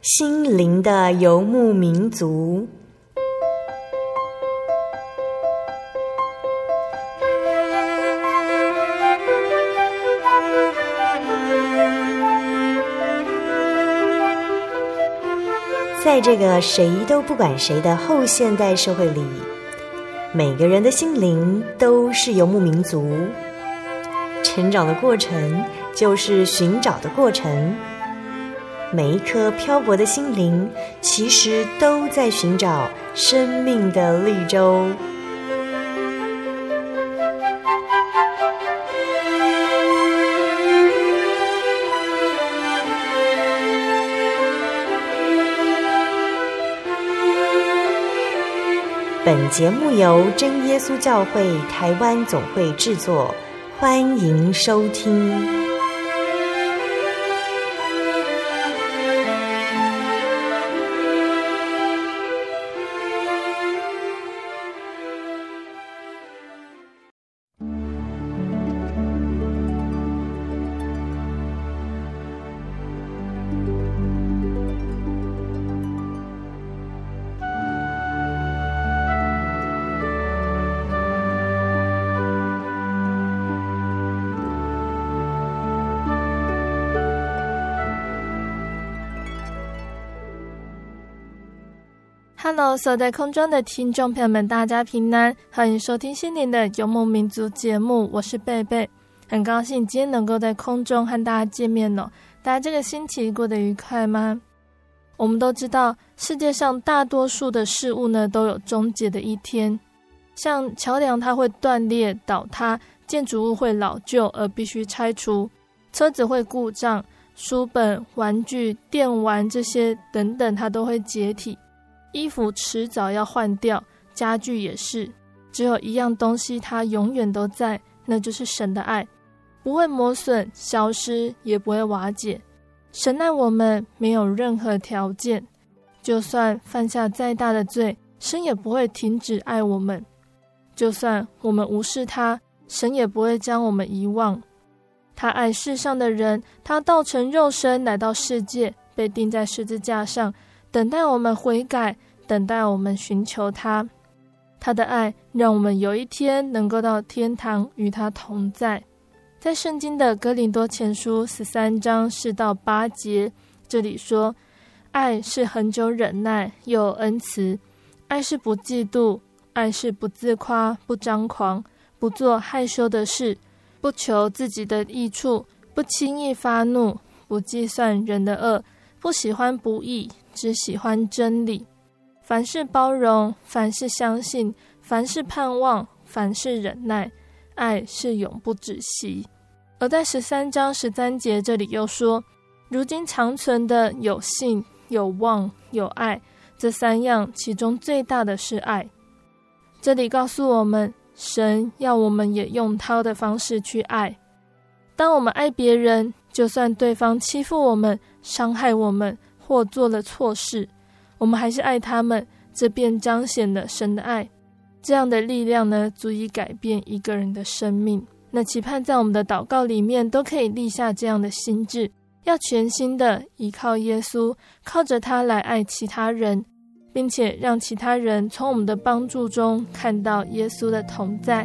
心灵的游牧民族。在这个谁都不管谁的后现代社会里，每个人的心灵都是游牧民族。成长的过程就是寻找的过程，每一颗漂泊的心灵其实都在寻找生命的绿洲。本节目由真耶稣教会台湾总会制作，欢迎收听。 Hello， 所有在空中的听众朋友们，大家平安，欢迎收听心灵的游牧民族节目，我是贝贝，很高兴今天能够在空中和大家见面哦。大家这个星期过得愉快吗？我们都知道，世界上大多数的事物呢都有终结的一天，像桥梁它会断裂倒塌，建筑物会老旧而必须拆除，车子会故障，书本、玩具、电玩这些等等它都会解体，衣服迟早要换掉，家具也是。只有一样东西它永远都在，那就是神的爱，不会磨损消失，也不会瓦解。神爱我们没有任何条件，就算犯下再大的罪，神也不会停止爱我们。就算我们无视他，神也不会将我们遗忘。他爱世上的人，他道成肉身来到世界，被钉在十字架上，等待我们悔改，等待我们寻求他。他的爱让我们有一天能够到天堂与他同在。在圣经的哥林多前书13章4到8节，这里说，爱是恒久忍耐，又有恩慈，爱是不嫉妒，爱是不自夸，不张狂，不做害羞的事，不求自己的益处，不轻易发怒，不计算人的恶，不喜欢不义，只喜欢真理。凡事包容，凡事相信，凡事盼望，凡事忍耐，爱是永不止息。而在13章13节这里又说，如今长存的有信、有望、有爱，这三样其中最大的是爱。这里告诉我们，神要我们也用他的方式去爱。当我们爱别人，就算对方欺负我们、伤害我们或做了错事，我们还是爱他们，这便彰显了神的爱。这样的力量呢，足以改变一个人的生命。那期盼在我们的祷告里面都可以立下这样的心志，要全心的依靠耶稣，靠着他来爱其他人，并且让其他人从我们的帮助中看到耶稣的同在。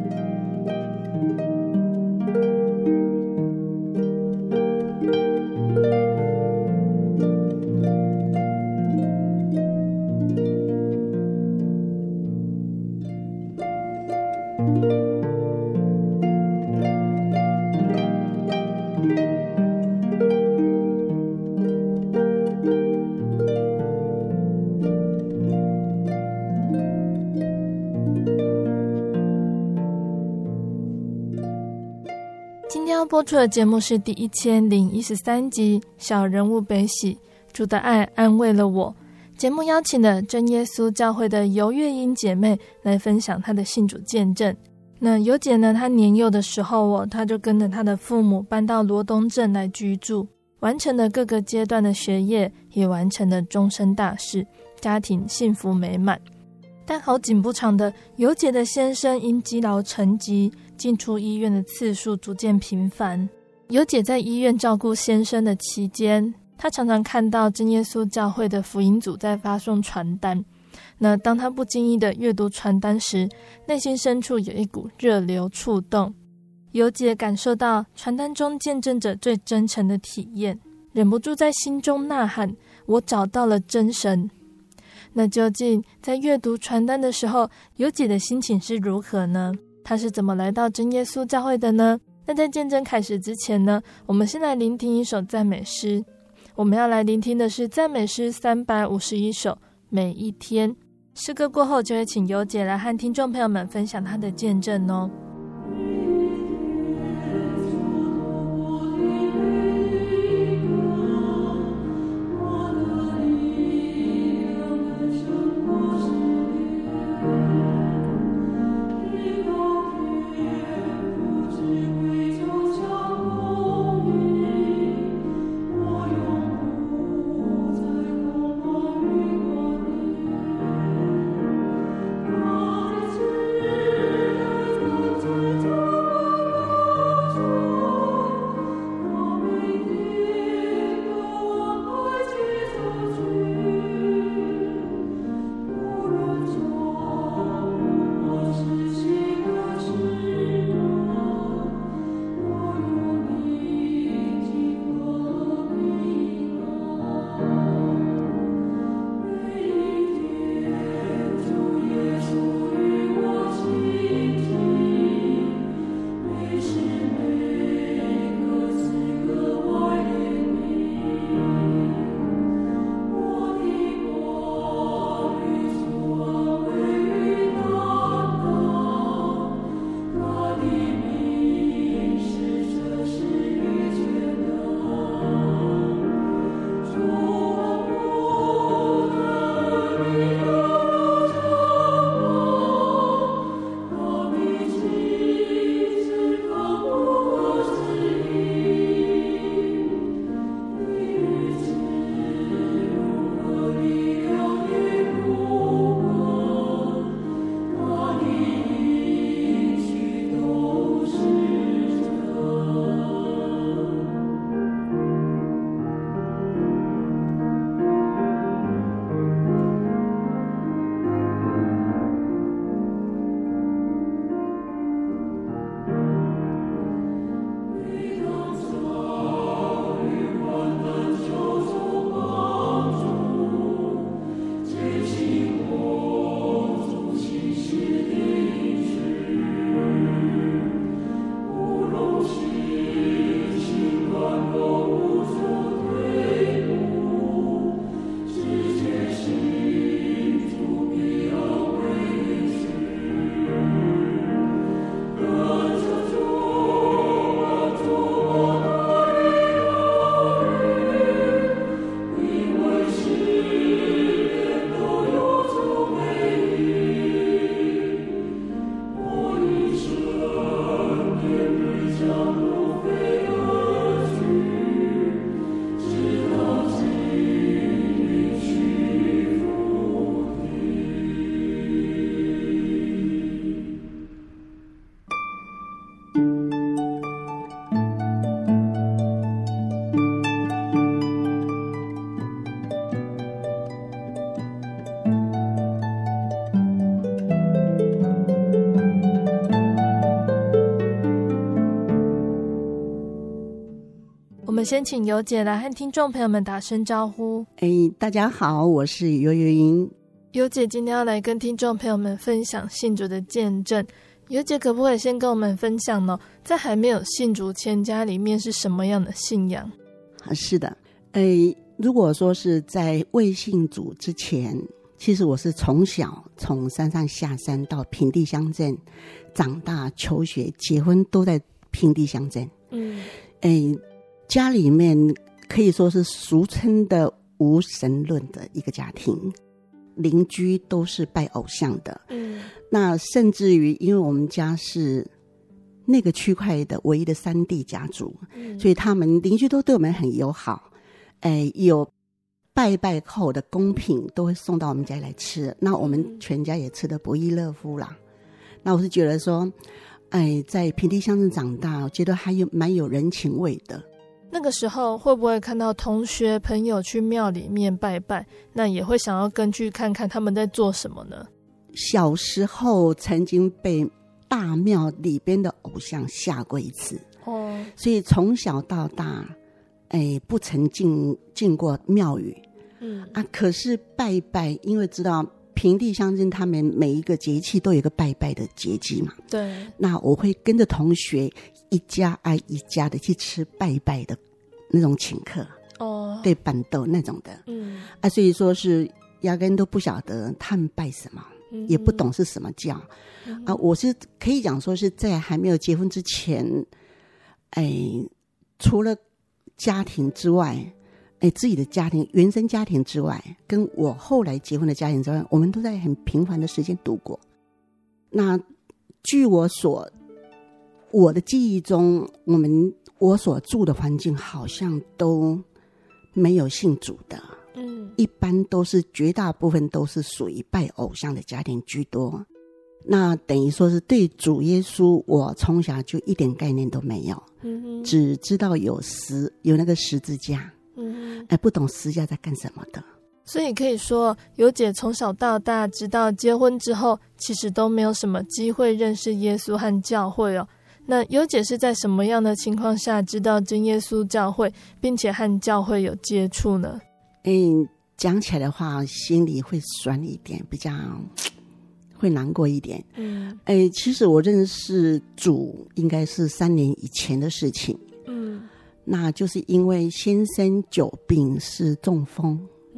播出的节目是第1013集《小人物悲喜》，主的爱安慰了我。节目邀请了真耶稣教会的尤月英姐妹来分享她的信主见证。那尤姐呢，她年幼的时候她就跟着她的父母搬到罗东镇来居住，完成了各个阶段的学业，也完成了终身大事，家庭幸福美满。但好景不长的，尤姐的先生因积劳成疾，进出医院的次数逐渐频繁。尤姐在医院照顾先生的期间， 他常常看到真耶稣教会的福音组在发送传单，那当他不经意的阅读传单时，内心深处有一股热流触动。尤姐感受到传单中见证着最真诚的体验，忍不住在心中呐喊，我找到了真神。那究竟在阅读传单的时候，尤姐的心情是如何呢？她是怎么来到真耶稣教会的呢？那在见证开始之前呢，我们先来聆听一首赞美诗。我们要来聆听的是赞美诗351首，每一天。诗歌过后就会请尤姐来和听众朋友们分享她的见证哦。我们先请尤姐来和听众朋友们打声招呼。 大家好，我是尤莹。 尤姐今天要来跟听众朋友们分享信主的见证。尤姐可不可以先跟我们分享呢？在还没有信主前，家里面是什么样的信仰？ 是的，如果说是在未信主之前，其实我是从小从山上下山到平地乡镇长大，求学结婚都在平地乡镇。家里面可以说是俗称的无神论的一个家庭，邻居都是拜偶像的。那甚至于因为我们家是那个区块的唯一的3地家族，所以他们邻居都对我们很友好。有拜拜后的贡品都会送到我们家来吃，那我们全家也吃得不亦乐乎啦。那我是觉得说在平地乡镇长大，我觉得还有蛮有人情味的。 那个时候会不会看到同学朋友去庙里面拜拜，那也会想要跟去看看他们在做什么呢？ 小时候曾经被大庙里边的偶像吓过一次，所以从小到大不曾进过庙宇。可是拜拜，因为知道平地乡镇他们每一个节气都有一个拜拜的节气嘛， 对， 那我会跟着同学一家挨一家的去吃拜拜的那种请客，对，板豆那种的，所以说是压根都不晓得他们拜什么，也不懂是什么教，我是可以讲说是在还没有结婚之前，除了家庭之外，自己的家庭原生家庭之外，跟我后来结婚的家庭之外，我们都在很平凡的时间度过。那据我的记忆中，我所住的环境好像都没有信主的，一般都是绝大部分都是属于拜偶像的家庭居多。那等于说是对主耶稣，我从小就一点概念都没有，只知道有那个十字架，不懂十字架在干什么的。 所以可以说，尤姐从小到大，直到结婚之后，其实都没有什么机会认识耶稣和教会哦。那尤姐是在什么样的情况下知道真耶稣教会，并且和教会有接触呢？ 讲起来的话，心里会酸一点，比较会难过一点。其实我认识主应该是3年以前的事情。那就是因为先生久病是中风，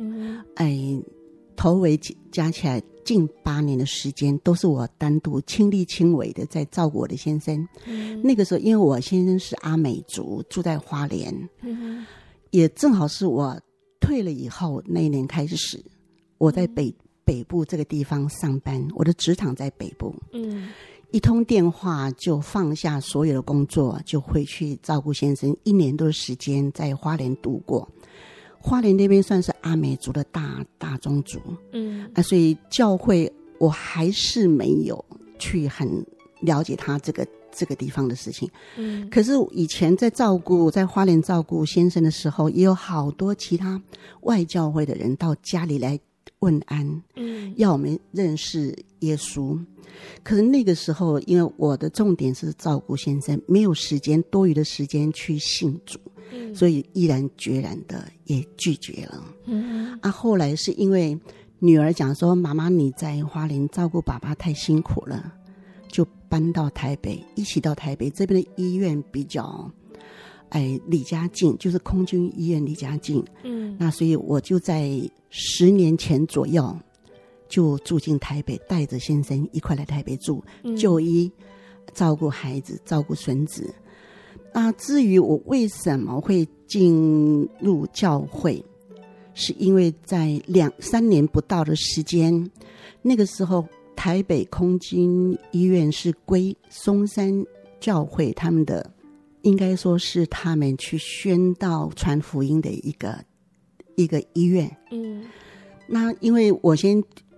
头尾加起来近8年的时间都是我单独亲力亲为的在照顾我的先生。那个时候因为我先生是阿美族，住在花莲，也正好是我退了以后那一年开始，我在北部这个地方上班，我的职场在北部，一通电话就放下所有的工作，就回去照顾先生，1年多的时间在花莲度过。花莲那边算是阿美族的大宗族，所以教会我还是没有去很了解他这个地方的事情。可是以前在花莲照顾先生的时候，也有好多其他外教会的人到家里来问安，要我们认识耶稣。可是那个时候因为我的重点是照顾先生，没有多余的时间去信主，所以毅然决然的也拒绝了。后来是因为女儿讲说，妈妈你在花莲照顾爸爸太辛苦了，就搬到台北，一起到台北这边的医院比较离家近，就是空军医院离家近。那所以我就在10年前左右就住进台北，带着先生一块来台北住，就医，照顾孩子，照顾孙子。至于我为什么会进入教会，是因为在3年不到的时间，那个时候台北空军医院是归松山教会他们的，应该说是他们去宣道传福音的一个医院。那因为我先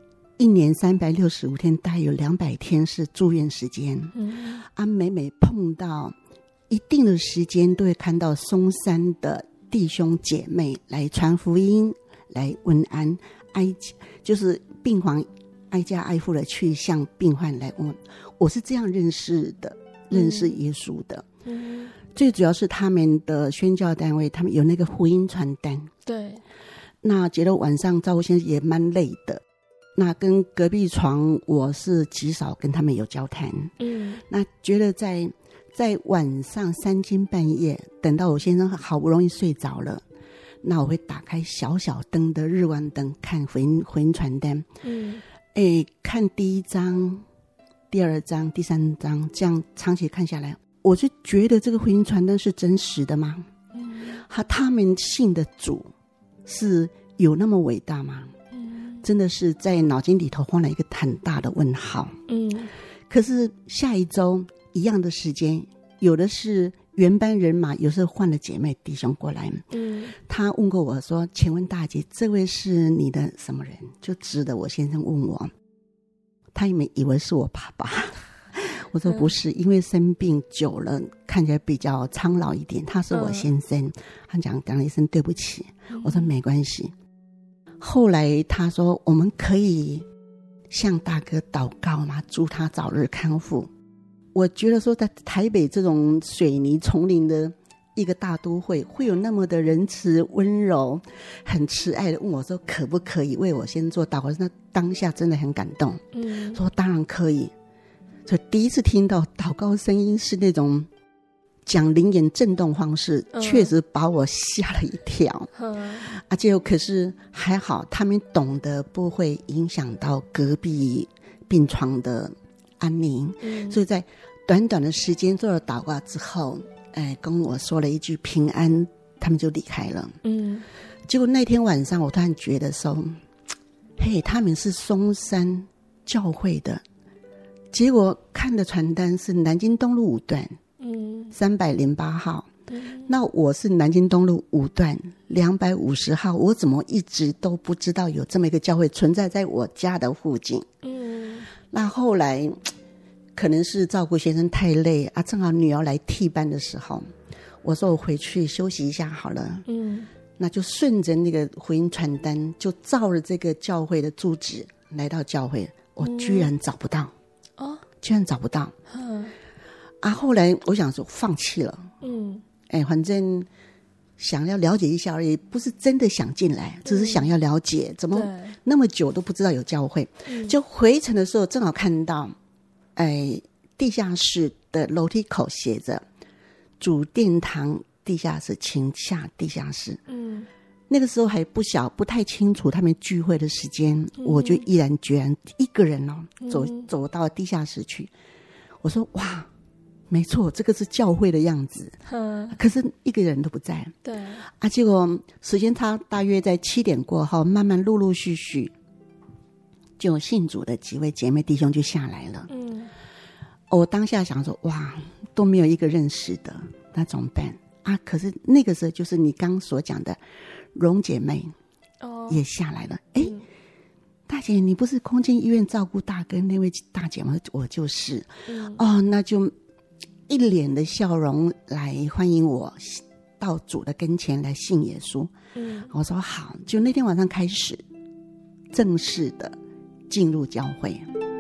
1年365天，大概有200天是住院时间。每碰到一定的时间，都会看到松山的弟兄姐妹来传福音，来问安，就是病房挨家挨户的去向病患来问。我是这样认识耶稣的。最主要是他们的宣教单位，他们有那个福音传单。对，那觉得晚上照顾先生也蛮累的。那跟隔壁床我是极少跟他们有交谈。那觉得在晚上3更半夜，等到我先生好不容易睡着了，那我会打开小小灯的日光灯看福音传单。看第1章、第2章、第3章，这样长期看下来，我就觉得这个福音传单是真实的吗？他们信的主是有那么伟大吗？真的是在脑筋里头放了一个很大的问号。可是下一周一样的时间，有的是原班人马，有时候换了姐妹弟兄过来。他问过我说，请问大姐，这位是你的什么人？就指着我先生问我，他以为是我爸爸。 我说不是，因为生病久了看起来比较苍老一点，他是我先生。他讲了一声对不起，我说没关系。后来他说我们可以向大哥祷告嘛，祝他早日康复。我觉得说在台北这种水泥丛林的一个大都会，会有那么的仁慈温柔很慈爱的问我说可不可以为我先做祷告。那当下真的很感动，说当然可以。所以第一次听到祷告声音是那种讲灵言震动方式，确实把我吓了一跳。结果可是还好他们懂得不会影响到隔壁病床的安宁，所以在短短的时间做了祷告之后，跟我说了一句平安，他们就离开了。结果那天晚上我突然觉得说，嘿，他们是松山教会的，结果看的传单是南京东路5段308号，那我是南京东路5段250号，我怎么一直都不知道有这么一个教会存在在我家的附近？那后来可能是照顾先生太累啊，正好女儿来替班的时候，我说我回去休息一下好了。那就顺着那个福音传单，就照着这个教会的住址来到教会，我居然找不到。居然找不到。后来我想说放弃了。反正想要了解一下而已，不是真的想进来，只是想要了解，怎么那么久都不知道有教会。就回程的时候正好看到地下室的楼梯口写着主殿堂地下室，请下地下室。那个时候还不太清楚他们聚会的时间，我就毅然决然一个人走到地下室去。我说哇，没错，这个是教会的样子。可是一个人都不在。对结果时间大约在7点过后，慢慢陆陆续续就信主的几位姐妹弟兄就下来了。我当下想说哇，都没有一个认识的，那怎么办可是那个时候就是你刚所讲的蓉姐妹也下来了。大姐你不是空间医院照顾大哥那位大姐吗？我就是。那就一脸的笑容来欢迎我到主的跟前来信耶稣。我说好，就那天晚上开始正式的进入教会。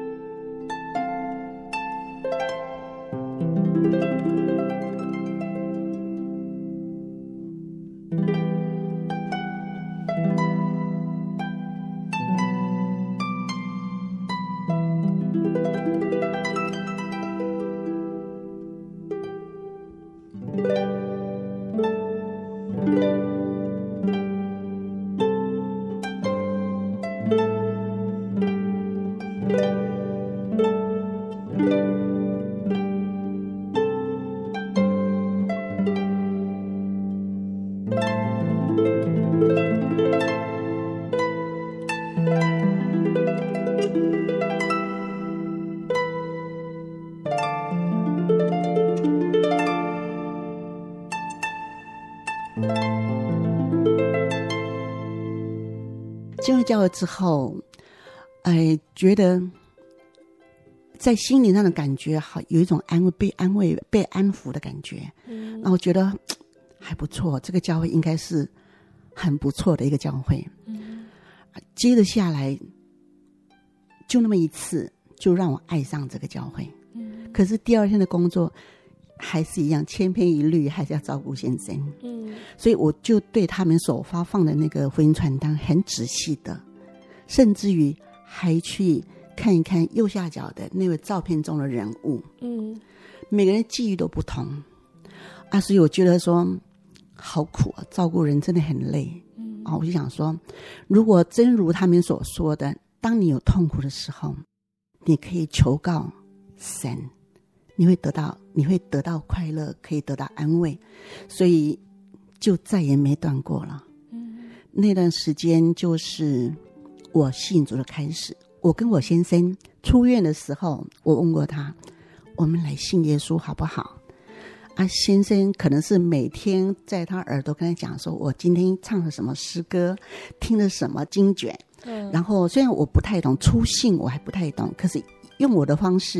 进入教会之后，觉得在心灵上的感觉好，有一种被安慰、被安抚的感觉。那我觉得还不错，这个教会应该是很不错的一个教会。接着下来，就那么一次，就让我爱上这个教会。可是第二天的工作还是一样，千篇一律，还是要照顾先生。所以我就对他们所发放的那个福音传单很仔细的，甚至于还去看一看右下角的那位照片中的人物。每个人际遇都不同所以我觉得说好苦照顾人真的很累。我就想说，如果真如他们所说的，当你有痛苦的时候，你可以求告神，你会得到快乐，可以得到安慰。所以就再也没断过了。那段时间就是我信主的开始。我跟我先生出院的时候，我问过他，我们来信耶稣好不好？先生可能是每天在他耳朵跟他讲说，我今天唱了什么诗歌，听了什么经卷。然后虽然我不太懂，初信我还不太懂，可是用我的方式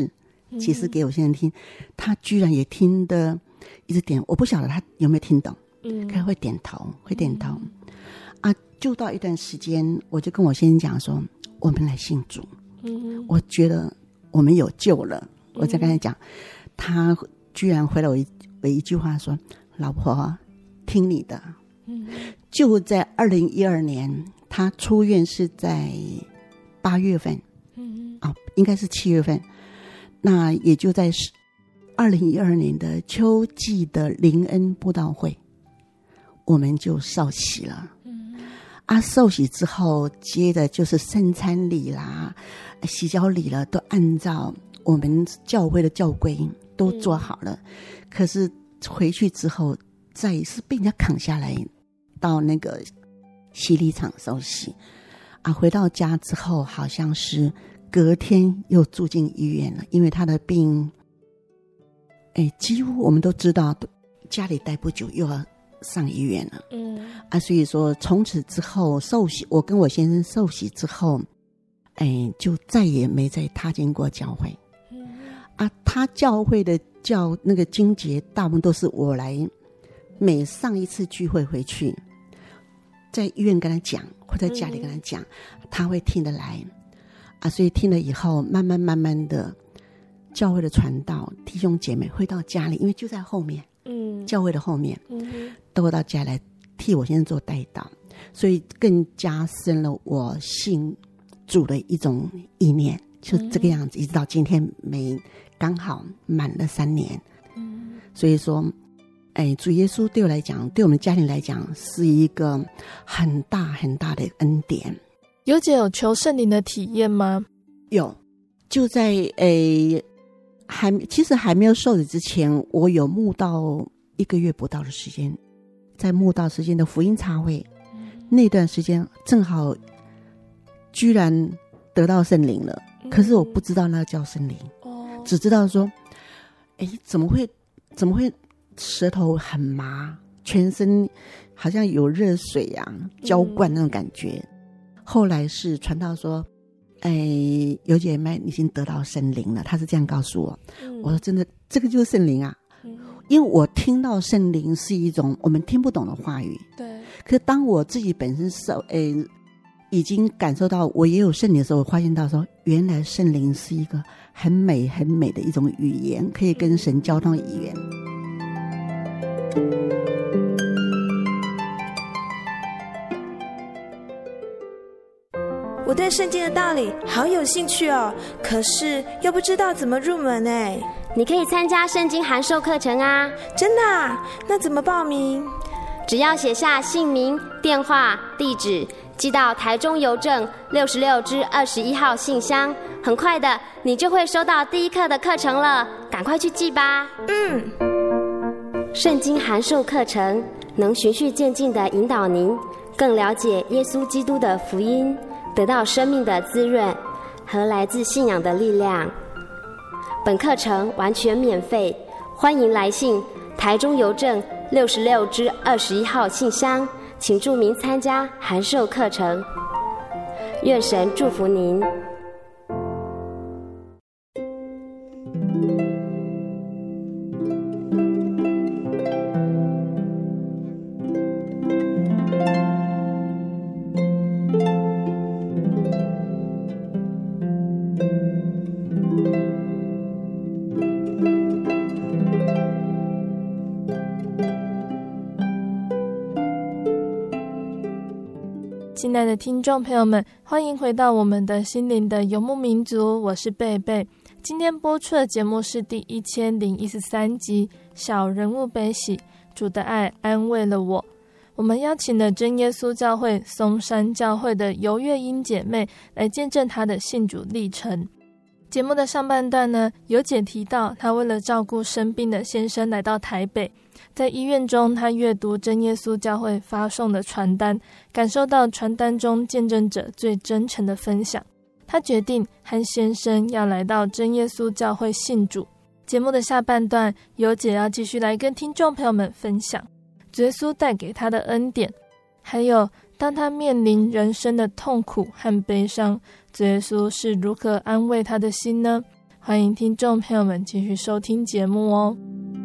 解释给我先生听，他居然也听得一直点，我不晓得他有没有听懂，他会点头，啊，就到一段时间，我就跟我先生讲说，我们来信主，我觉得我们有救了。我在跟他讲，他居然回了我一句话说，老婆听你的。就在2012年，他出院是在8月份，应该是7月份，那也就在2012年的秋季的灵恩布道会，我们就受洗了。受洗之后，接着就是圣餐礼啦、洗脚礼了，都按照我们教会的教规都做好了。可是回去之后，再一次被人家扛下来，到那个洗礼场受洗。回到家之后，好像是隔天又住进医院了，因为他的病，几乎我们都知道，家里待不久又要上医院了。所以说从此之后受洗，我跟我先生受洗之后，就再也没再踏进过教会。他教会的那个经节，大部分都是我来，每上一次聚会回去，在医院跟他讲，或在家里跟他讲，他会听得来。所以听了以后，慢慢的，教会的传道弟兄姐妹会到家里，因为就在后面，教会的后面，都会到家来替我先生做代祷，所以更加深了我信主的一种意念，就这个样子，一直到今天刚好满了3年。所以说，主耶稣对我来讲，对我们家庭来讲，是一个很大很大的恩典。 尤姐有求圣灵的体验吗？ 有，就在其实还没有受洗之前，我有慕道1个月不到的时间，在慕道时间的福音茶会，那段时间正好居然得到圣灵了，可是我不知道那叫圣灵，只知道说，怎么会舌头很麻，全身好像有热水浇灌那种感觉。后来是传道说，有姐妹已经得到圣灵了，他是这样告诉我。我说真的，这个就是圣灵啊。因为我听到圣灵是一种我们听不懂的话语， 对。 可是当我自己本身已经感受到我也有圣灵的时候，我发现到说，原来圣灵是一个很美很美的一种语言，可以跟神交通的语言。 我对圣经的道理好有兴趣哦，可是又不知道怎么入门哎。 你可以参加圣经函授课程啊。 真的啊？那怎么报名？ 只要写下姓名、电话、地址，寄到台中邮政66支21号信箱，很快的你就会收到第一课的课程了，赶快去寄吧。圣经函授课程能循序渐进地引导您更了解耶稣基督的福音，得到生命的滋润和来自信仰的力量。本课程完全免费，欢迎来信台中邮政66支21号信箱，请注明参加函授课程。愿神祝福您。 亲爱的听众朋友们，欢迎回到我们的心灵的游牧民族，我是贝贝。今天播出的节目是第1013集小人物悲喜，主的爱安慰了我。我们邀请了真耶稣教会松山教会的尤月英姐妹来见证她的信主历程。节目的上半段呢，尤姐提到她为了照顾生病的先生来到台北，在医院中她阅读真耶稣教会发送的传单，感受到传单中见证者最真诚的分享。她决定和先生要来到真耶稣教会信主。节目的下半段，尤姐要继续来跟听众朋友们分享主耶稣带给她的恩典，还有当她面临人生的痛苦和悲伤，主耶稣是如何安慰她的心呢？ 欢迎听众朋友们继续收听节目哦。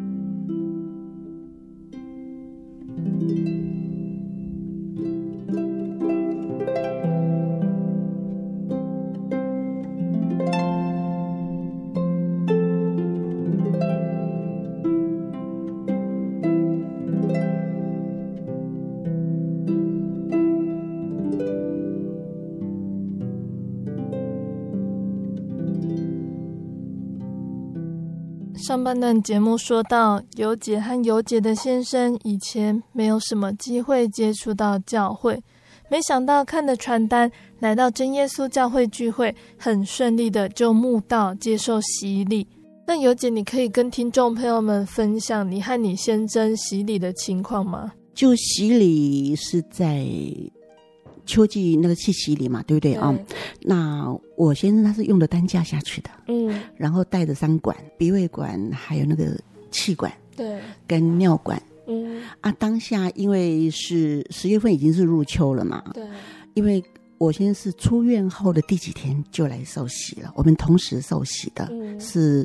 上半段节目说到，尤姐和尤姐的先生以前没有什么机会接触到教会，没想到看的传单来到真耶稣教会聚会，很顺利的就慕道接受洗礼。那尤姐，你可以跟听众朋友们分享你和你先生洗礼的情况吗？ 就洗礼是在秋季那个去洗礼嘛，对不对啊？那我先生他是用的担架下去的，然后带着3管，鼻胃管还有那个气管，对，跟尿管，当下因为是10月份已经是入秋了嘛，对，因为我先生是出院后的第几天就来受洗了，我们同时受洗的，是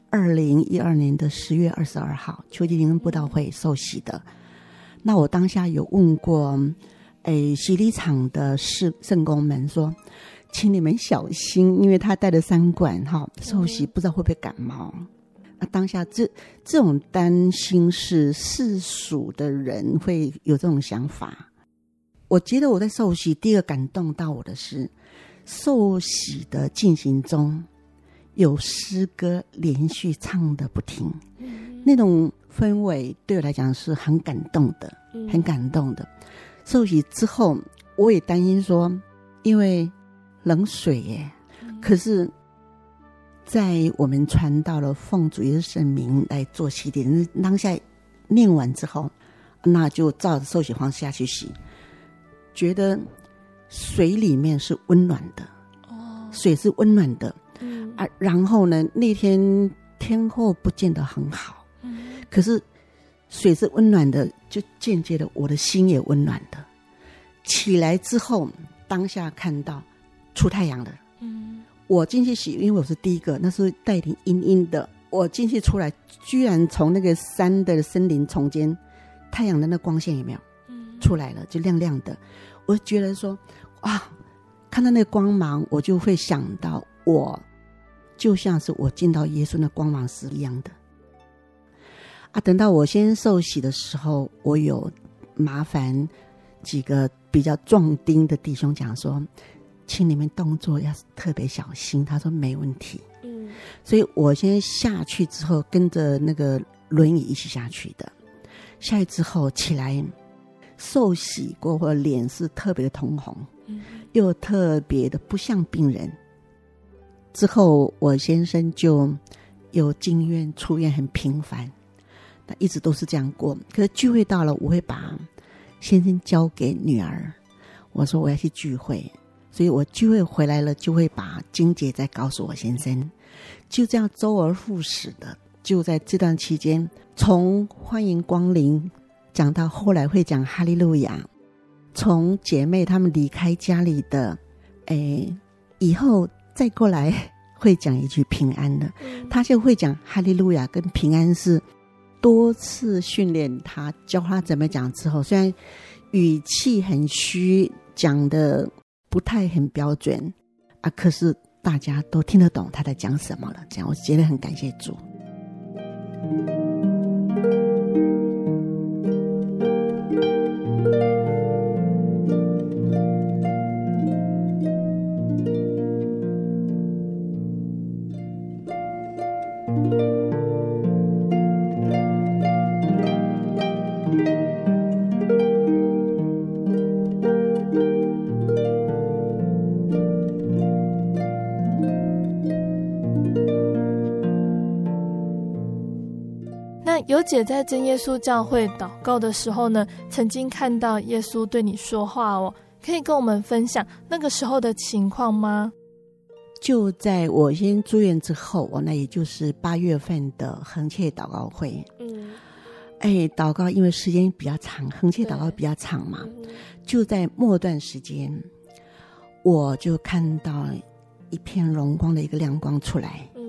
2012年的10月22号秋季灵恩布道会受洗的。那我当下有问过洗礼场的圣工们说，请你们小心，因为他带了3管受洗不知道会不会感冒。当下这种担心是世俗的人会有这种想法。我觉得我在受洗第一个感动到我的是，受洗的进行中有诗歌连续唱的不停，那种氛围对我来讲是很感动的，很感动的。受洗之后我也担心说，因为冷水耶，可是在我们传到了奉主耶稣圣名来做洗礼，当下念完之后，那就照着受洗方式下去洗，觉得水里面是温暖的，水是温暖的，然后呢那天天候不见得很好，可是水是温暖的，就间接的我的心也温暖的。起来之后当下看到出太阳了，我进去洗，因为我是第一个，那时候带点阴阴的，我进去出来居然从那个山的森林丛间，太阳的那光线有没有出来了，就亮亮的。我觉得说哇，看到那个光芒，我就会想到我就像是我见到耶稣那光芒是一样的。等到我先受洗的时候，我有麻烦几个比较壮丁的弟兄讲说，请你们动作要特别小心。他说没问题，所以我先下去之后跟着那个轮椅一起下去的。下去之后起来受洗过后，脸是特别的通红，又特别的不像病人。之后我先生就有进院出院很频繁，那一直都是这样过。可是聚会到了，我会把先生交给女儿，我说我要去聚会，所以我聚会回来了就会把经节再告诉我先生，就这样周而复始的。就在这段期间，从欢迎光临讲到后来会讲哈利路亚，从姐妹她们离开家里的以后再过来会讲一句平安的，他就会讲哈利路亚跟平安，是多次训练他，教他怎么讲之后，虽然语气很虚，讲的不太很标准可是大家都听得懂他在讲什么了，这样我觉得很感谢主。 尤姐在真耶稣教会祷告的时候呢，曾经看到耶稣对你说话哦，可以跟我们分享那个时候的情况吗？ 就在我先住院之后，那也就是8月份的恒切祷告会。祷告因为时间比较长，恒切祷告比较长嘛，就在末段时间，我就看到一片荣光的一个亮光出来，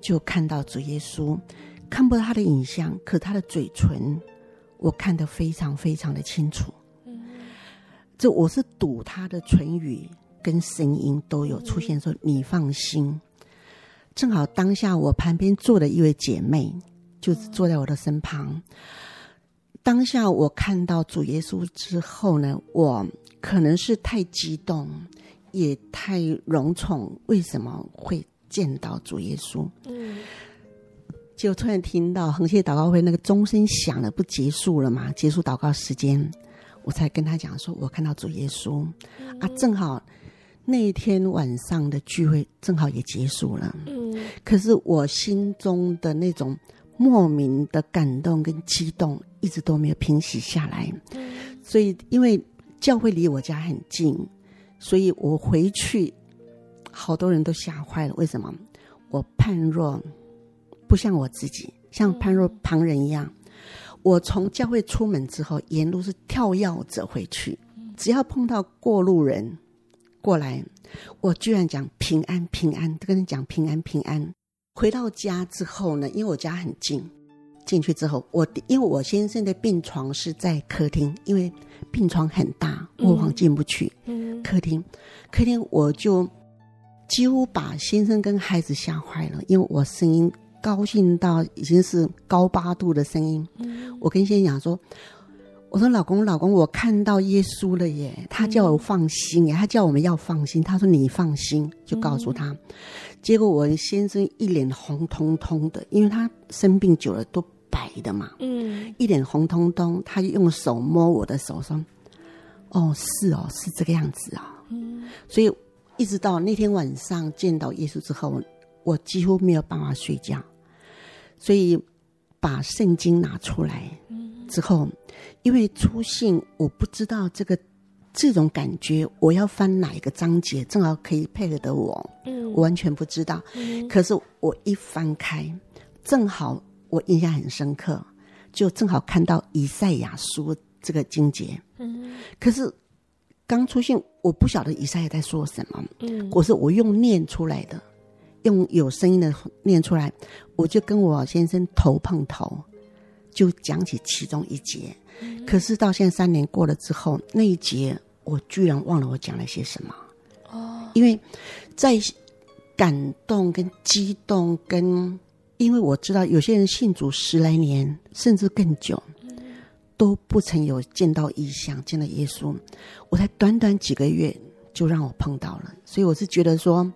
就看到主耶稣，看不到他的影像，可他的嘴唇我看得非常非常的清楚。这我是赌他的唇语跟声音都有出现说你放心。正好当下我旁边坐的一位姐妹就是坐在我的身旁，当下我看到主耶稣之后呢，我可能是太激动也太荣宠，为什么会见到主耶稣？就突然听到恒切祷告会那个钟声响了，不结束了嘛，结束祷告时间，我才跟他讲说我看到主耶稣正好那一天晚上的聚会正好也结束了。可是我心中的那种莫名的感动跟激动一直都没有平息下来。所以因为教会离我家很近，所以我回去好多人都吓坏了。为什么？我判若不像我自己，像判若旁人一样。我从教会出门之后沿路是跳跃着回去，只要碰到过路人过来，我居然讲平安平安，跟人讲平安平安。回到家之后呢，因为我家很近，进去之后因为我先生的病床是在客厅，因为病床很大卧房进不去，客厅我就几乎把先生跟孩子吓坏了，因为我声音高兴到已经是高8度的声音。我跟先生讲说，我说老公我看到耶稣了耶，他叫我放心耶，他叫我们要放心，他说你放心，就告诉他。结果我先生一脸红彤彤的，因为他生病久了都白的嘛，一脸红彤彤，他就用手摸我的手说是这个样子所以一直到那天晚上见到耶稣之后，我几乎没有办法睡觉，所以把圣经拿出来之后，因为初信我不知道这种感觉我要翻哪一个章节正好可以配合得我完全不知道。可是我一翻开，正好我印象很深刻，就正好看到以赛亚书这个经节。可是刚出现我不晓得以赛亚在说什么，我用念出来的，用有声音的念出来，我就跟我先生头碰头，就讲起其中一节。可是到现在3年过了之后，那一节我居然忘了我讲了些什么。因为在感动跟激动跟，因为我知道有些人信主10来年甚至更久都不曾有见到异象，见到耶稣，我才短短几个月就让我碰到了。所以我是觉得说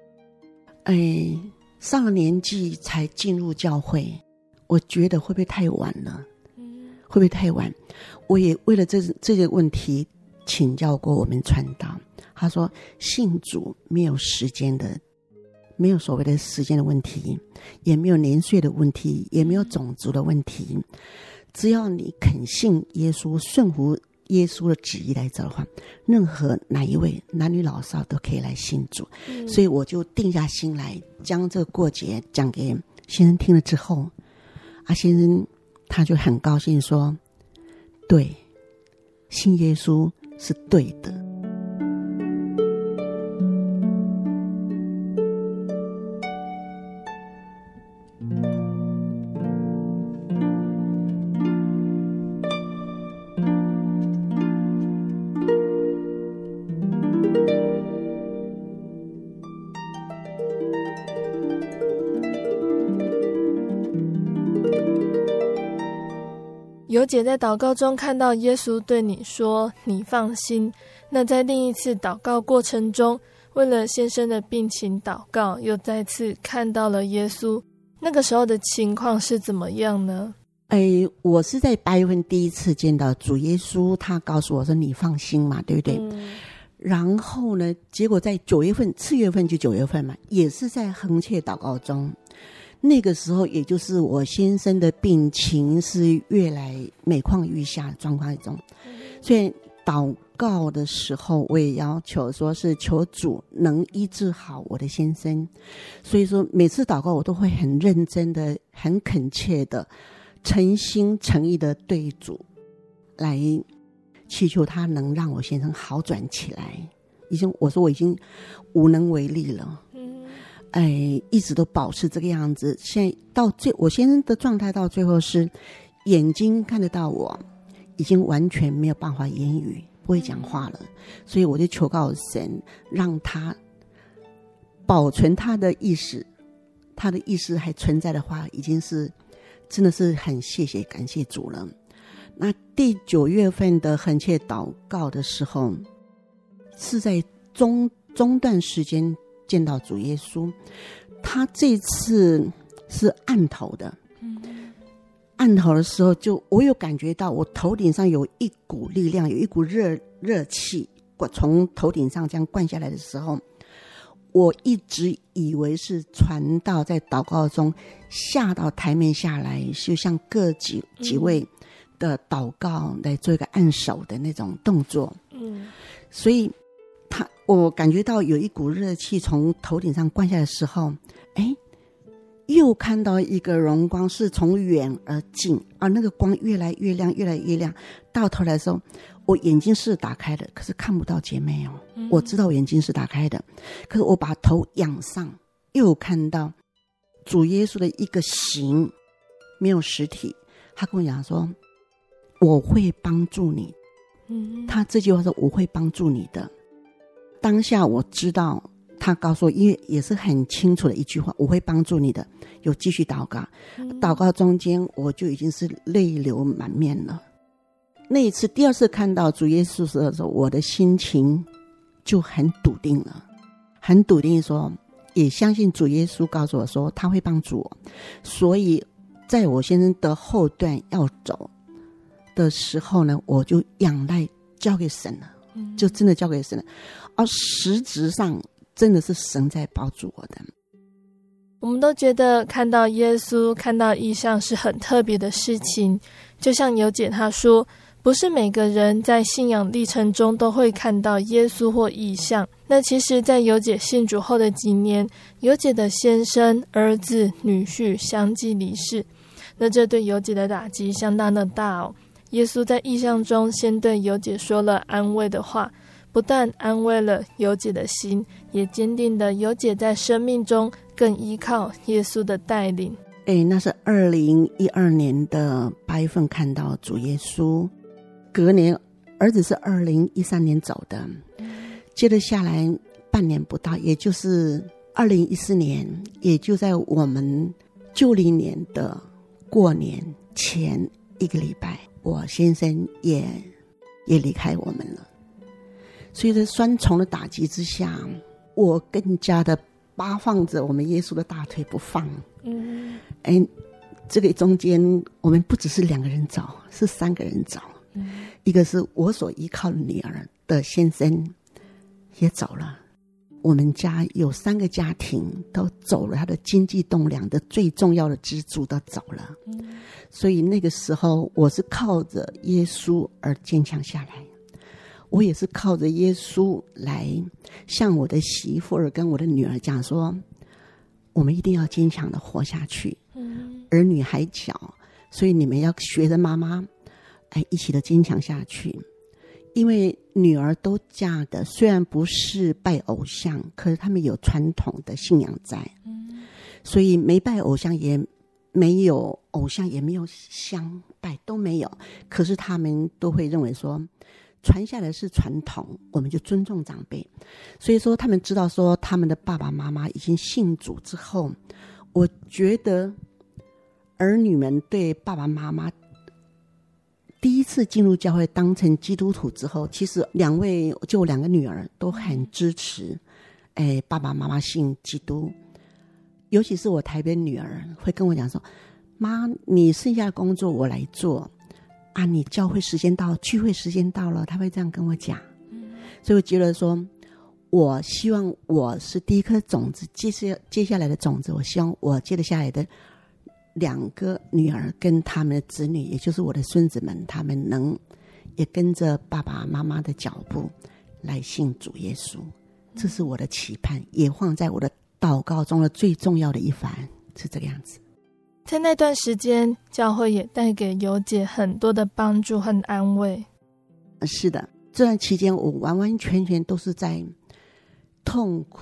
上了年纪才进入教会，我觉得会不会太晚了，会不会太晚。我也为了这个问题请教过我们传道，他说信主没有时间的，没有所谓的时间的问题，也没有年岁的问题，也没有种族的问题，只要你肯信耶稣，顺服耶稣的旨意来走的话，任何哪一位男女老少都可以来信主。所以我就定下心来，将这个过节讲给先生听了之后，先生他就很高兴说，对，信耶稣是对的。 尤姐在祷告中看到耶稣对你说你放心，那在另一次祷告过程中，为了先生的病情祷告，又再次看到了耶稣，那个时候的情况是怎么样呢？ 我是在8月份第一次见到主耶稣，他告诉我说你放心嘛，对不对？然后呢，结果在9月份4月份就9月份嘛，也是在恒切祷告中，那个时候也就是我先生的病情是越来每况愈下的状况中，所以祷告的时候我也要求说是求主能医治好我的先生。所以说每次祷告我都会很认真的很恳切的诚心诚意的对主来祈求他能让我先生好转起来。我说我已经无能为力了， 一直都保持这个样子。现在到我先生的状态到最后是眼睛看得到我，已经完全没有办法言语，不会讲话了，所以我就求告神，让他保存他的意识，他的意识还存在的话，已经是真的是很感谢主了。那第9月份的恳切祷告的时候，是在中段时间见到主耶稣。他这次是按头的，按头的时候我有感觉到我头顶上有一股力量，有一股热气从头顶上这样灌下来的时候，我一直以为是传道在祷告中下到台面下来，就像各几位的祷告来做一个按手的那种动作。所以我感觉到有一股热气从头顶上灌下来的时候，又看到一个荣光是从远而近，那个光越来越亮，越来越亮，到头来的时候，我眼睛是打开的，可是看不到姐妹哦。我知道我眼睛是打开的，可是我把头仰上，又看到主耶稣的一个形，没有实体。他跟我讲说，我会帮助你。他这句话说我会帮助你的。当下我知道他告诉我，因为也是很清楚的一句话，我会帮助你的。有继续祷告，祷告中间我就已经是泪流满面了。那一次第二次看到主耶稣的时候，我的心情就很笃定了，很笃定说也相信主耶稣告诉我说他会帮助我。所以在我先生的后段要走的时候呢，我就仰赖交给神了，就真的交给神了。而实质上真的是神在帮助我的。 我们都觉得看到耶稣看到异象是很特别的事情，就像尤姐她说，不是每个人在信仰历程中都会看到耶稣或异象。那其实在尤姐信主后的几年，尤姐的先生、儿子、女婿相继离世，那这对尤姐的打击相当的大哦。耶稣在异象中先对尤姐说了安慰的话，不但安慰了尤姐的心，也坚定了尤姐在生命中更依靠耶稣的带领。 那是2012年的8月份看到主耶稣，隔年儿子是2013年走的，接着下来半年不到，也就是2014年，也就在我们90年的过年前1个礼拜，我先生也离开我们了。所以在双重的打击之下，我更加的扒放着我们耶稣的大腿不放。这个中间我们不只是2个人走，是3个人走。一个是我所依靠的女儿的先生也走了，我们家有3个家庭都走了，他的经济栋梁的最重要的支柱都走了。所以那个时候我是靠着耶稣而坚强下来，我也是靠着耶稣来向我的媳妇儿跟我的女儿讲说，我们一定要坚强的活下去。儿女还小，所以你们要学着妈妈一起的坚强下去。因为女儿都嫁的虽然不是拜偶像，可是他们有传统的信仰在，所以没拜偶像，也没有偶像，也没有香拜，都没有。可是他们都会认为说传下来是传统，我们就尊重长辈。所以说他们知道说他们的爸爸妈妈已经信主之后，我觉得儿女们对爸爸妈妈第一次进入教会当成基督徒之后，其实2个女儿都很支持爸爸妈妈信基督。尤其是我台北女儿会跟我讲说，妈，你剩下的工作我来做啊，你教会时间到了，聚会时间到了，她会这样跟我讲。所以我觉得说，我希望我是第一颗种子，接下来的种子，我希望我接着下来的2个女儿跟他们的子女，也就是我的孙子们，他们能也跟着爸爸妈妈的脚步来信主耶稣。这是我的期盼，也放在我的祷告中的最重要的一环，是这个样子。 在那段时间，教会也带给尤姐很多的帮助和安慰。 是的，这段期间我完完全全都是在痛苦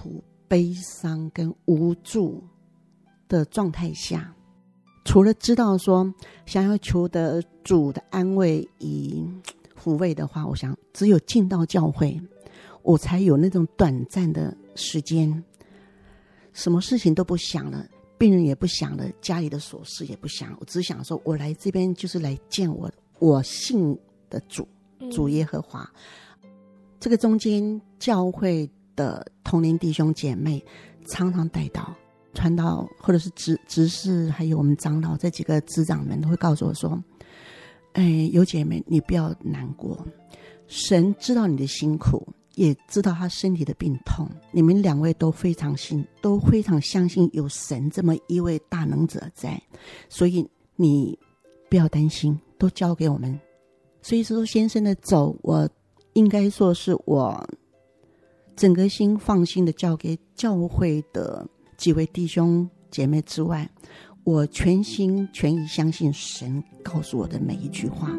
悲伤跟无助的状态下，除了知道说想要求得主的安慰与抚慰的话，我想只有进到教会，我才有那种短暂的时间，什么事情都不想了，病人也不想了，家里的琐事也不想，我只想说我来这边就是来见我信的主耶和华。这个中间教会的同龄弟兄姐妹常常带到传道，或者是执事，还有我们长老这几个执掌们都会告诉我说，有姐妹你不要难过，神知道你的辛苦，也知道他身体的病痛，你们两位都非常相信有神这么一位大能者在，所以你不要担心，都交给我们。所以说先生的走，我应该说是我整个心放心的交给教会的几位弟兄姐妹之外，我全心全意相信神告诉我的每一句话。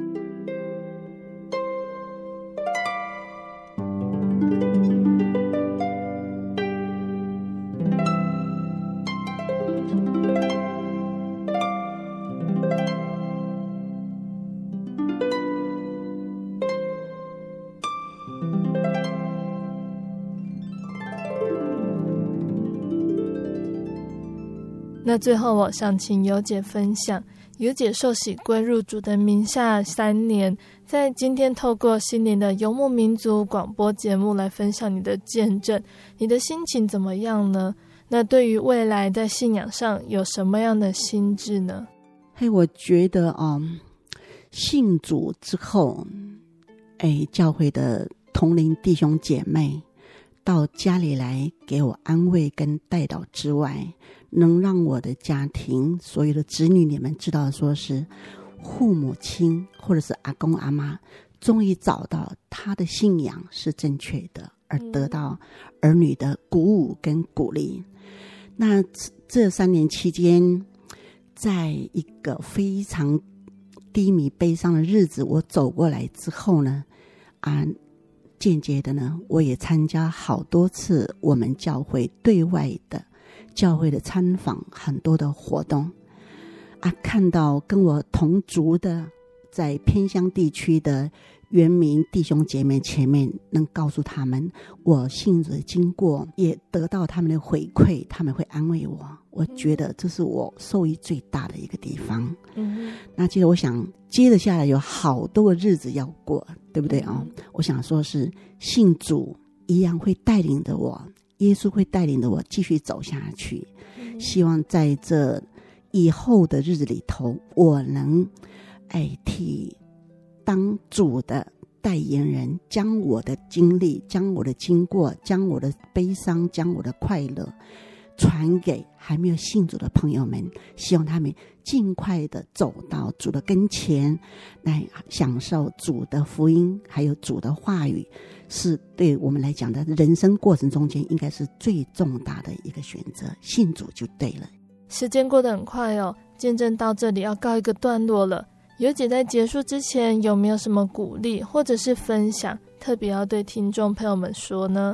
那最后我想请尤姐分享，尤姐受洗归入主的名下3年，在今天透过心灵的游牧民族广播节目来分享你的见证，你的心情怎么样呢？那对于未来在信仰上有什么样的心志呢？ 我觉得信主之后，教会的同龄弟兄姐妹到家里来给我安慰跟带导之外，能让我的家庭所有的子女你们知道，说是父母亲或者是阿公阿妈终于找到他的信仰是正确的，而得到儿女的鼓舞跟鼓励。那这3年期间，在一个非常低迷悲伤的日子我走过来之后呢，间接的呢，我也参加好多次我们教会对外的教会的参访，很多的活动看到跟我同族的在偏乡地区的原民弟兄姐妹前面，能告诉他们我信主的经过，也得到他们的回馈，他们会安慰我觉得这是我受益最大的一个地方。那接着我想接着下来有好多个日子要过，对不对我想说是信主一样会带领着我，耶稣会带领着我继续走下去。希望在这以后的日子里头，我能替当主的代言人，将我的经历，将我的经过，将我的悲伤，将我的快乐传给还没有信主的朋友们，希望他们尽快的走到主的跟前，来享受主的福音，还有主的话语，是对我们来讲的人生过程中间应该是最重大的一个选择。信主就对了。 时间过得很快见证到这里要告一个段落了。尤姐在结束之前有没有什么鼓励或者是分享特别要对听众朋友们说呢？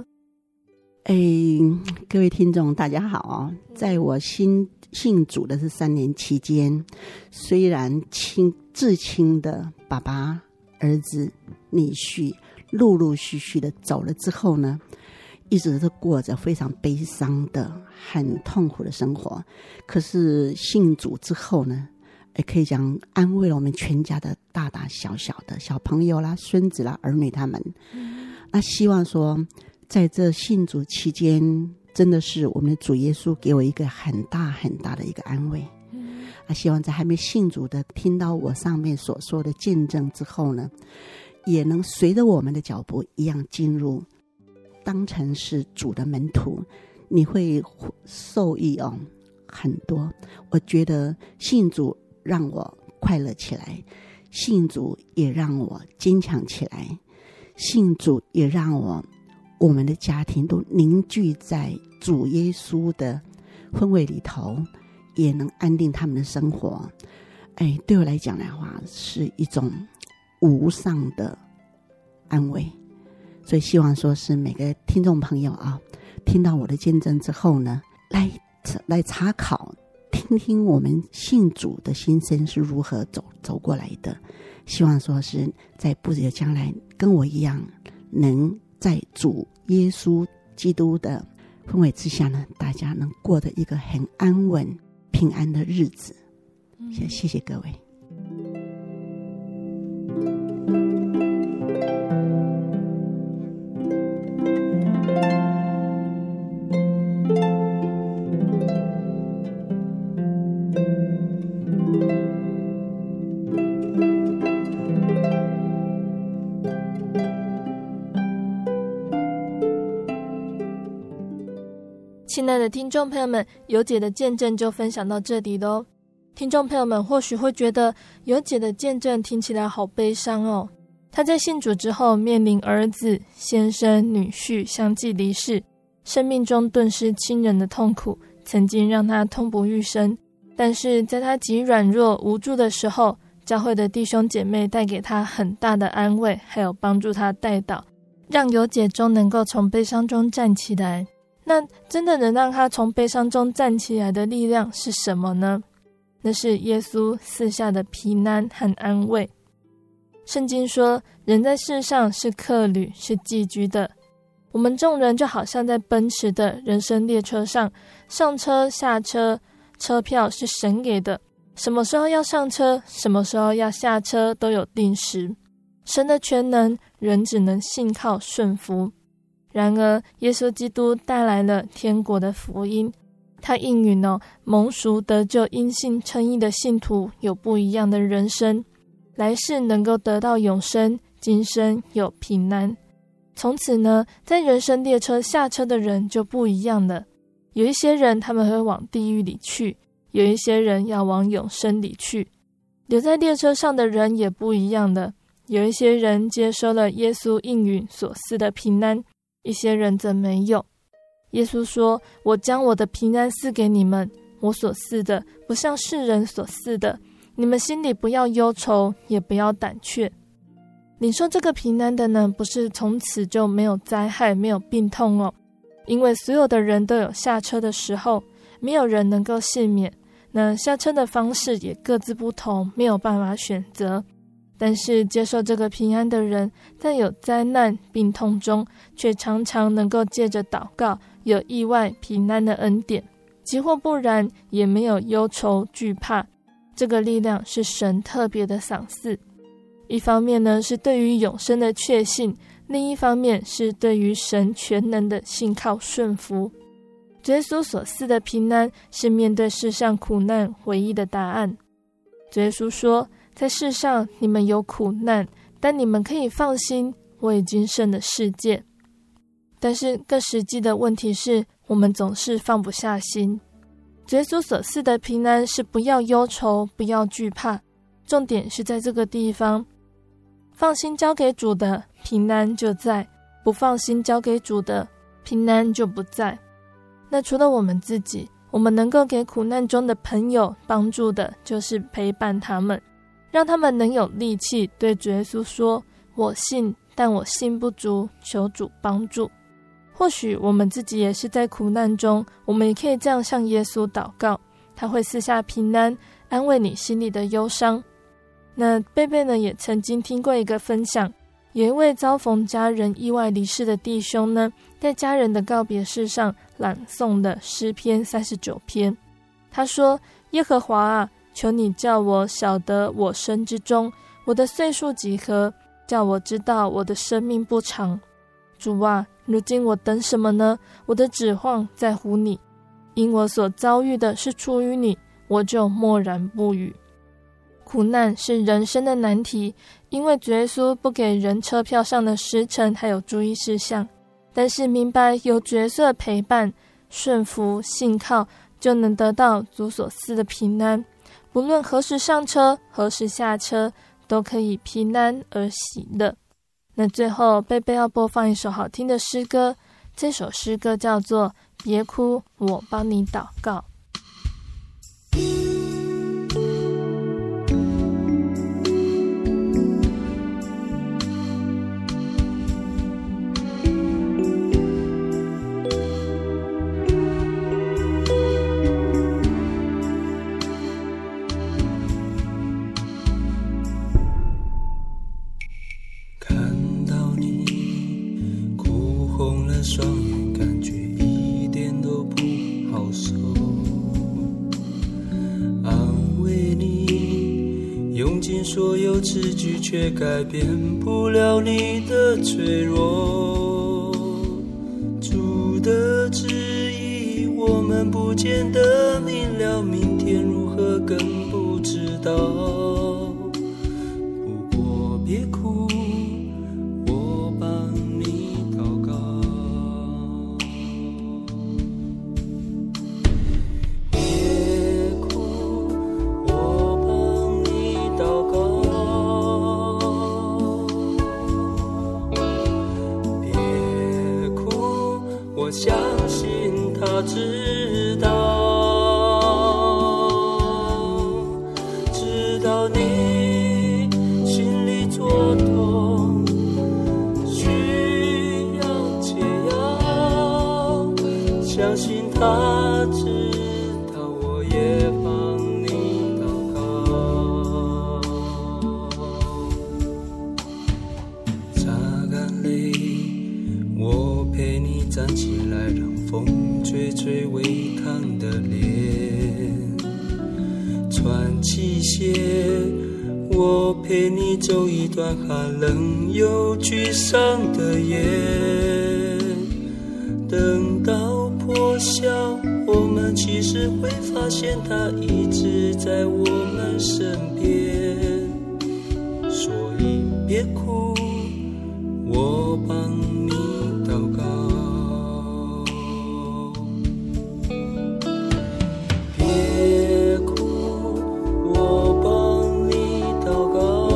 各位听众大家好在我信主的这3年期间，虽然至亲的爸爸、儿子、女婿陆陆续续的走了之后呢，一直是过着非常悲伤的很痛苦的生活。可是信主之后呢，也可以讲安慰了我们全家的大大小小的小朋友啦、孙子啦、儿女他们。那希望说在这信主期间，真的是我们的主耶稣给我一个很大很大的一个安慰。希望在还没信主的听到我上面所说的见证之后呢，也能随着我们的脚步一样进入，当成是主的门徒，你会受益很多。我觉得信主让我快乐起来，信主也让我坚强起来，信主也让我们的家庭都凝聚在主耶稣的氛围里头，也能安定他们的生活。对我来讲的话是一种无上的安慰。所以希望说是每个听众朋友听到我的见证之后呢，来查考，听听我们信主的心声是如何走过来的。希望说是在不久的将来跟我一样，能在主耶稣基督的氛围之下呢，大家能过得一个很安稳平安的日子。谢谢各位。 亲爱的听众朋友们，尤姐的见证就分享到这里咯。听众朋友们或许会觉得尤姐的见证听起来好悲伤哦。她在信主之后，面临儿子、先生、女婿相继离世，生命中顿失亲人的痛苦，曾经让她痛不欲生。但是在她极软弱无助的时候，教会的弟兄姐妹带给她很大的安慰，还有帮助她代祷，让尤姐终能够从悲伤中站起来。那真的能让她从悲伤中站起来的力量是什么呢？那是耶稣赐下的平安和安慰。圣经说，人在世上是客旅，是寄居的。我们众人就好像在奔驰的人生列车上，上车下车，车票是神给的，什么时候要上车，什么时候要下车都有定时。神的全能，人只能信靠顺服。然而耶稣基督带来了天国的福音，他应允蒙赎得救因信称义的信徒有不一样的人生，来世能够得到永生，今生有平安。从此呢，在人生列车下车的人就不一样了，有一些人他们会往地狱里去，有一些人要往永生里去。留在列车上的人也不一样了，有一些人接收了耶稣应允所赐的平安，一些人则没有。耶稣说，我将我的平安赐给你们，我所赐的不像世人所赐的，你们心里不要忧愁，也不要胆怯。领受这个平安的呢，不是从此就没有灾害，没有病痛哦，因为所有的人都有下车的时候，没有人能够幸免。那下车的方式也各自不同，没有办法选择。但是接受这个平安的人，在有灾难病痛中，却常常能够借着祷告有意外平安的恩典，即或不然也没有忧愁惧怕。这个力量是神特别的赏赐，一方面呢是对于永生的确信，另一方面是对于神全能的信靠顺服。主耶稣所赐的平安是面对世上苦难唯一的答案。主耶稣说，在世上你们有苦难，但你们可以放心，我已经胜了世界。但是更实际的问题是，我们总是放不下心。主耶稣所赐的平安是不要忧愁，不要惧怕，重点是在这个地方。放心交给主的，平安就在；不放心交给主的，平安就不在。那除了我们自己，我们能够给苦难中的朋友帮助的，就是陪伴他们，让他们能有力气对主耶稣说，我信，但我信不足，求主帮助。或许我们自己也是在苦难中，我们也可以这样向耶稣祷告，他会赐下平安，安慰你心里的忧伤。那贝贝呢，也曾经听过一个分享，有一位遭逢家人意外离世的弟兄呢，在家人的告别式上朗诵了诗篇39篇。他说，耶和华啊，求你叫我晓得我生之中，我的岁数几何，叫我知道我的生命不长。主啊，如今我等什么呢？我的指望在乎你，因我所遭遇的是出于你，我就默然不语。苦难是人生的难题，因为主耶稣不给人车票上的时辰还有注意事项，但是明白有主耶稣的陪伴，顺服信靠，就能得到主所赐的平安。不论何时上车，何时下车，都可以平安而喜乐。那最后贝贝要播放一首好听的诗歌，这首诗歌叫做别哭，我帮你祷告。 所有字句，却改变不了你的脆弱。主的旨意我们不见得明了，明天如何更不知道。不过别哭，我帮你祷告。别哭，我帮你祷告。别哭，我相信他知道。知道你心里作痛，需要解药，相信他知道，我也帮你祷告。擦干泪，我陪你站起来，让风吹吹微烫的脸。穿起鞋，我陪你走一段寒冷又沮丧的夜。等到破晓，我们其实会发现他一直在我们身边。所以别哭，我帮你祷告。别哭，我帮你祷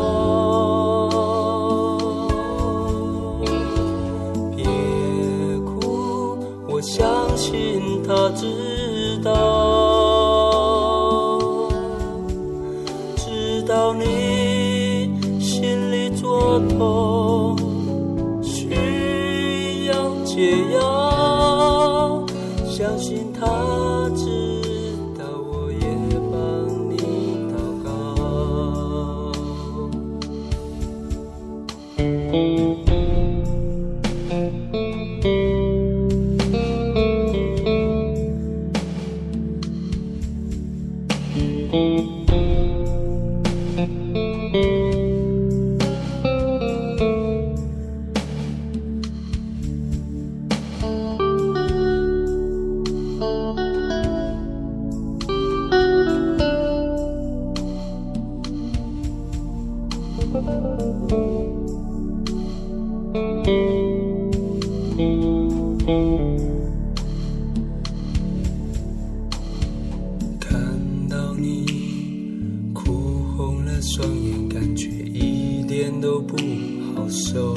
告。别哭，我相信他知道。知道你心里作痛，需要解药，相信他知道，我也帮你祷告。看到你哭红了双眼，感觉一点都不好受。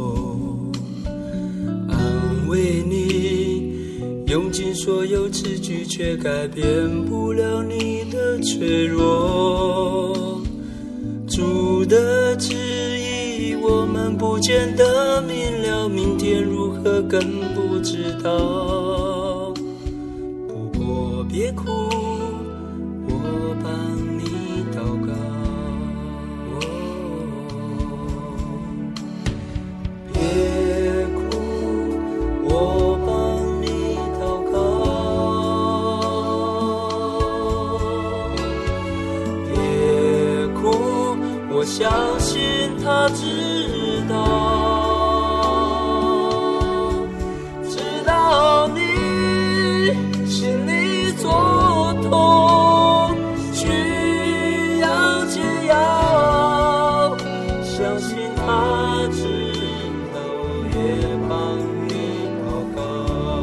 安慰你，用尽所有字句，却改变不了你的脆弱。主的旨意我们不见得明了，明天如何更不知道。不过别哭，我帮你祷告。别哭，我帮你祷告。别哭，我相信他知道。知道你心里作痛，需要解药，相信他知道，我也帮你祷告。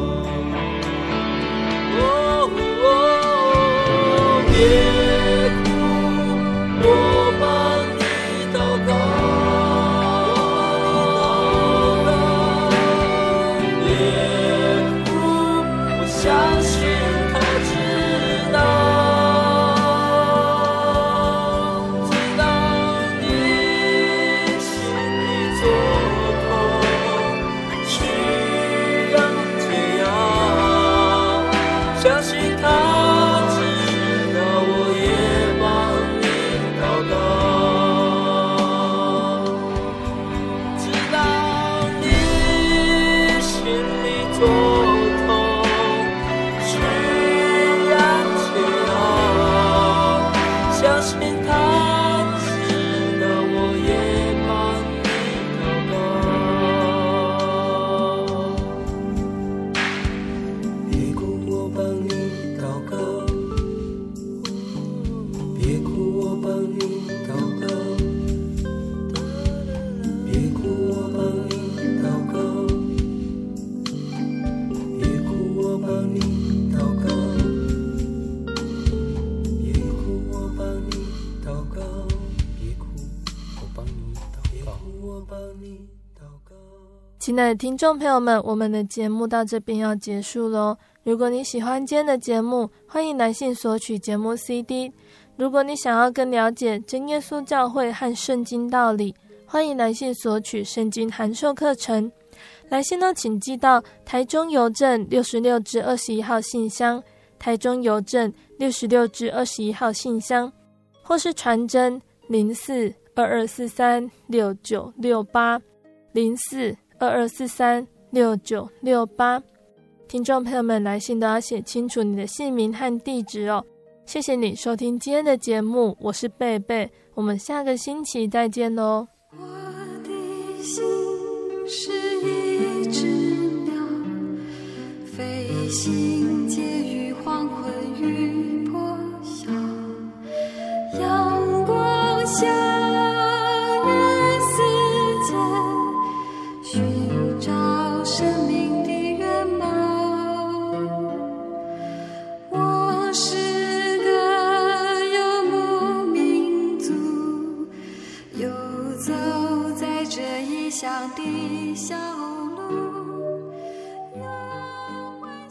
别哭，我帮你祷告。别哭，我相信他知道。知道你心里作痛，需要解药，相信他知道，我亲爱的听众朋友们，我们的节目到这边要结束咯。如果你喜欢今天的节目，欢迎来信索取节目 CD。如果你想要更了解真耶稣教会和圣经道理，欢迎来信索取圣经函授课程。来信呢，请寄到台中邮政66至21号信箱，台中邮政66至21号信箱，或是传真04-2243-6968 04-2243-6968。听众朋友们，来信都要写清楚你的姓名和地址哦。谢谢你收听今天的节目，我是贝贝，我们下个星期再见咯。 我的心是一只鸟，飞行介于黄昏与